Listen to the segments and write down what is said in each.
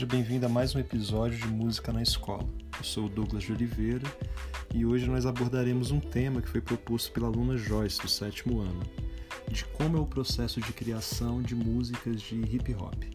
seja bem-vindo a mais um episódio de Música na Escola. Eu sou o Douglas de Oliveira e hoje nós abordaremos um tema que foi proposto pela aluna Joyce, do 7º ano, de como é o processo de criação de músicas de hip hop.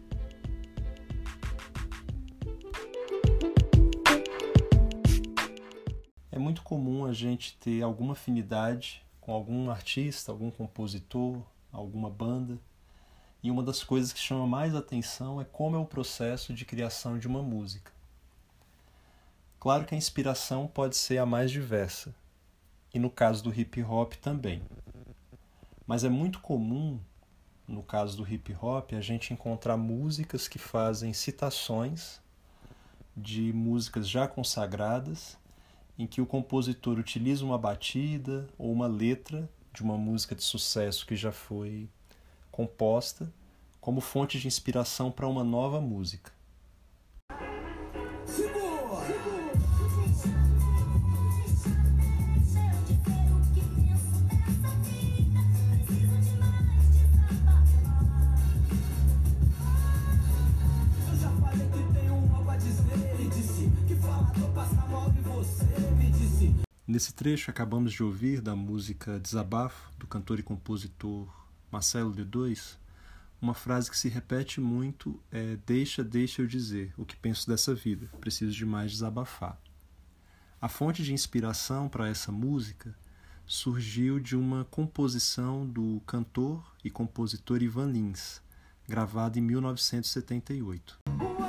É muito comum a gente ter alguma afinidade com algum artista, algum compositor, alguma banda, e uma das coisas que chama mais atenção é como é o processo de criação de uma música. Claro que a inspiração pode ser a mais diversa, e no caso do hip hop também. Mas é muito comum, no caso do hip hop, a gente encontrar músicas que fazem citações de músicas já consagradas, em que o compositor utiliza uma batida ou uma letra de uma música de sucesso que já foi composta como fonte de inspiração para uma nova música. Nesse trecho acabamos de ouvir da música Desabafo, do cantor e compositor Marcelo D2, uma frase que se repete muito é deixa eu dizer o que penso dessa vida, preciso demais desabafar. A fonte de inspiração para essa música surgiu de uma composição do cantor e compositor Ivan Lins, gravada em 1978.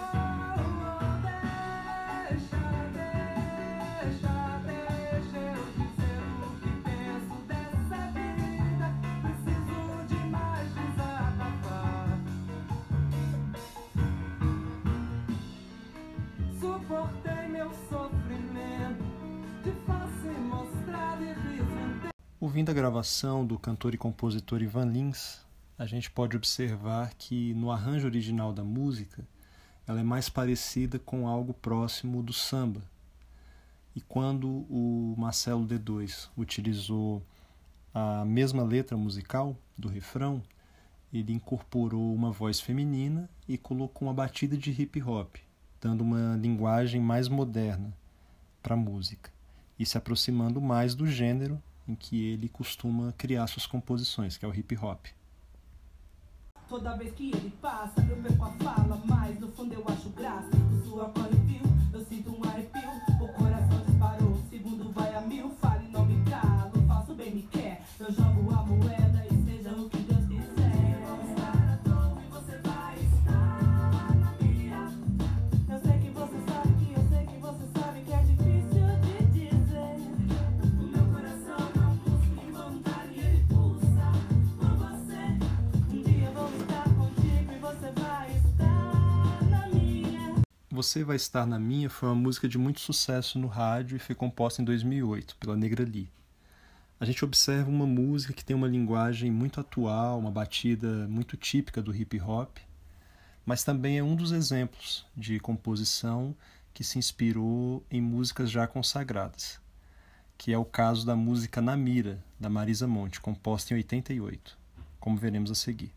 Ouvindo a gravação do cantor e compositor Ivan Lins, a gente pode observar que no arranjo original da música ela é mais parecida com algo próximo do samba. E quando o Marcelo D2 utilizou a mesma letra musical do refrão, ele incorporou uma voz feminina e colocou uma batida de hip hop, dando uma linguagem mais moderna para a música e se aproximando mais do gênero em que ele costuma criar suas composições, que é o hip hop. Toda vez que ele passa, eu perco a fala, mas no fundo eu acho graça. O suor corre fio, eu sinto um arrepio, o coração disparou, o segundo vai a mil, fale não me calo, faço bem me quer, eu jogo a moeda e seja o que Deus quiser. Você vai estar na minha. Eu sei que você sabe que é difícil de dizer. O meu coração não busca involuntário, ele pulsa por você. Um dia eu vou estar contigo e você vai estar na minha. Você Vai Estar na Minha foi uma música de muito sucesso no rádio e foi composta em 2008 pela Negra Lee. A gente observa uma música que tem uma linguagem muito atual, uma batida muito típica do hip hop, mas também é um dos exemplos de composição que se inspirou em músicas já consagradas, que é o caso da música Na Mira, da Marisa Monte, composta em 88, como veremos a seguir.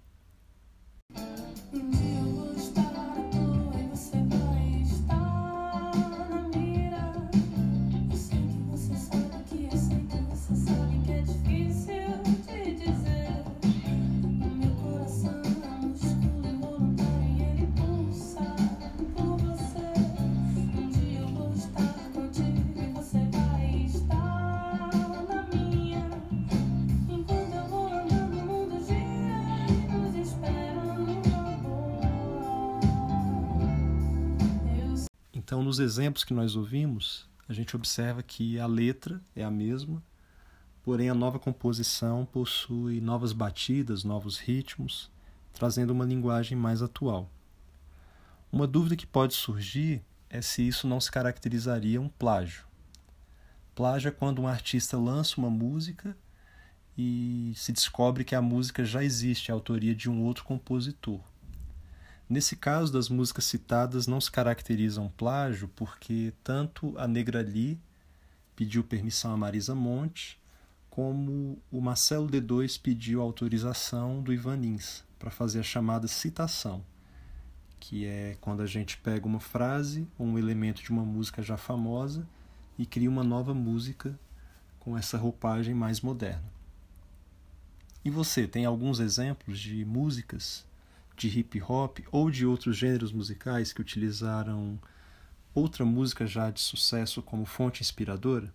Então, nos exemplos que nós ouvimos, a gente observa que a letra é a mesma, porém a nova composição possui novas batidas, novos ritmos, trazendo uma linguagem mais atual. Uma dúvida que pode surgir é se isso não se caracterizaria um plágio. Plágio é quando um artista lança uma música e se descobre que a música já existe, a autoria de um outro compositor. Nesse caso, das músicas citadas não se caracterizam plágio porque tanto a Negra Lee pediu permissão a Marisa Monte, como o Marcelo D2 pediu autorização do Ivan Lins para fazer a chamada citação, que é quando a gente pega uma frase ou um elemento de uma música já famosa e cria uma nova música com essa roupagem mais moderna. E você, tem alguns exemplos de músicas de hip hop ou de outros gêneros musicais que utilizaram outra música já de sucesso como fonte inspiradora?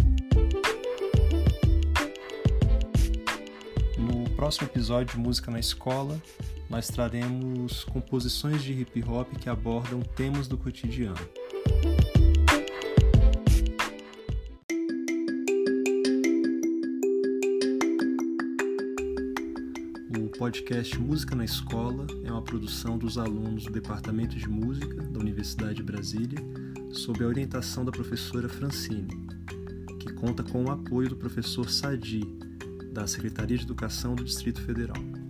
No próximo episódio de Música na Escola, nós traremos composições de hip hop que abordam temas do cotidiano. O podcast Música na Escola é uma produção dos alunos do Departamento de Música da Universidade de Brasília, sob a orientação da professora Francine, que conta com o apoio do professor Sadi, da Secretaria de Educação do Distrito Federal.